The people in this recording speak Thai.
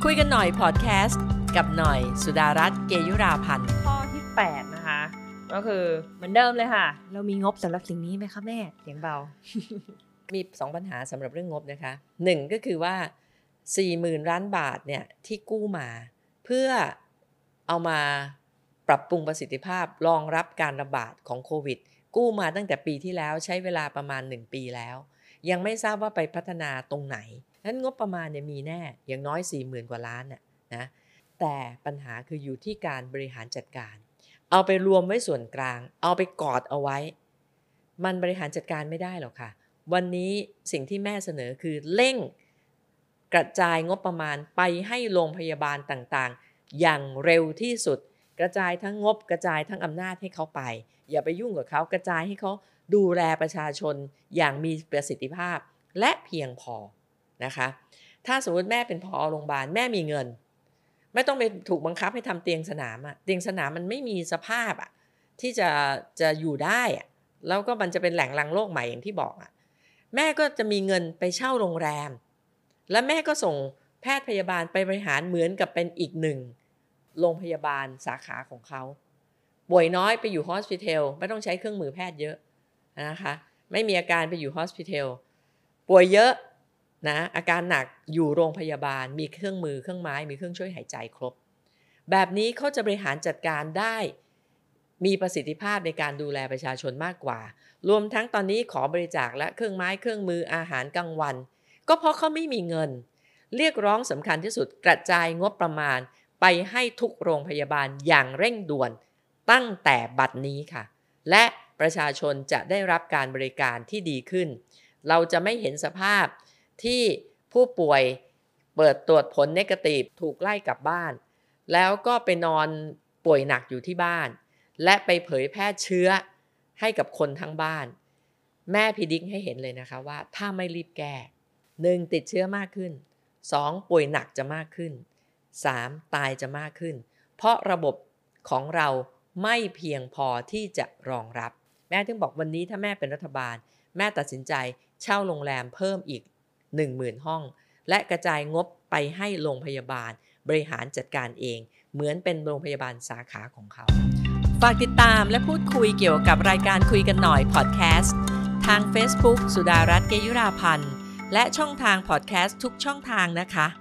คุยกันหน่อยพอดแคสต์กับหน่อยสุดารัตน์เกยุราพันธ์ข้อที่8นะคะก็คือเหมือนเดิมเลยค่ะเรามีงบสำหรับสิ่งนี้ไหมคะแม่เสียงเบา มี2ปัญหาสำหรับเรื่องงบนะคะ1ก็คือว่า 40,000 ล้านบาทเนี่ยที่กู้มาเพื่อเอามาปรับปรุงประสิทธิภาพรองรับการระบาดของโควิดกู้มาตั้งแต่ปีที่แล้วใช้เวลาประมาณ1ปีแล้วยังไม่ทราบว่าไปพัฒนาตรงไหนนั้นงบประมาณเนี่ยมีแน่อย่างน้อย 40,000 กว่าล้านน่ะนะแต่ปัญหาคืออยู่ที่การบริหารจัดการเอาไปรวมไว้ส่วนกลางเอาไปกอดเอาไว้มันบริหารจัดการไม่ได้หรอกค่ะวันนี้สิ่งที่แม่เสนอคือเร่งกระจายงบประมาณไปให้โรงพยาบาลต่างๆอย่างเร็วที่สุดกระจายทั้งงบกระจายทั้งอำนาจให้เขาไปอย่าไปยุ่งกับเขากระจายให้เขาดูแลประชาชนอย่างมีประสิทธิภาพและเพียงพอนะคะถ้าสมมติแม่เป็นผอ.โรงพยาบาลแม่มีเงินไม่ต้องไปถูกบังคับให้ทำเตียงสนามอะเตียงสนามมันไม่มีสภาพอะที่จะอยู่ได้อะแล้วก็มันจะเป็นแหล่งรังโรคใหม่อย่างที่บอกอะแม่ก็จะมีเงินไปเช่าโรงแรมและแม่ก็ส่งแพทย์พยาบาลไปบริหารเหมือนกับเป็นอีกหนึ่งโรงพยาบาลสาขาของเขาป่วยน้อยไปอยู่ฮอสพิทอลไม่ต้องใช้เครื่องมือแพทย์เยอะนะคะไม่มีอาการไปอยู่ฮอสพิทอลป่วยเยอะนะอาการหนักอยู่โรงพยาบาลมีเครื่องมือเครื่องไม้มีเครื่องช่วยหายใจครบแบบนี้เขาจะบริหารจัดการได้มีประสิทธิภาพในการดูแลประชาชนมากกว่ารวมทั้งตอนนี้ขอบริจาคและเครื่องไม้เครื่องมืออาหารกลางวันก็เพราะเขาไม่มีเงินเรียกร้องสำคัญที่สุดกระจายงบประมาณไปให้ทุกโรงพยาบาลอย่างเร่งด่วนตั้งแต่บัดนี้ค่ะและประชาชนจะได้รับการบริการที่ดีขึ้นเราจะไม่เห็นสภาพที่ผู้ป่วยเปิดตรวจผลเนกาทีฟถูกไล่กลับบ้านแล้วก็ไปนอนป่วยหนักอยู่ที่บ้านและไปเผยแพร่เชื้อให้กับคนทั้งบ้านแม่พิดิกให้เห็นเลยนะคะว่าถ้าไม่รีบแก้1ติดเชื้อมากขึ้น2ป่วยหนักจะมากขึ้น3ตายจะมากขึ้นเพราะระบบของเราไม่เพียงพอที่จะรองรับแม่ถึงบอกวันนี้ถ้าแม่เป็นรัฐบาลแม่ตัดสินใจเช่าโรงแรมเพิ่มอีก 10,000 ห้องและกระจายงบไปให้โรงพยาบาลบริหารจัดการเองเหมือนเป็นโรงพยาบาลสาขาของเขาฝากติดตามและพูดคุยเกี่ยวกับรายการคุยกันหน่อยพอดแคสต์ทาง Facebook สุดารัตน์เกยุราพันธ์และช่องทางพอดแคสต์ทุกช่องทางนะคะ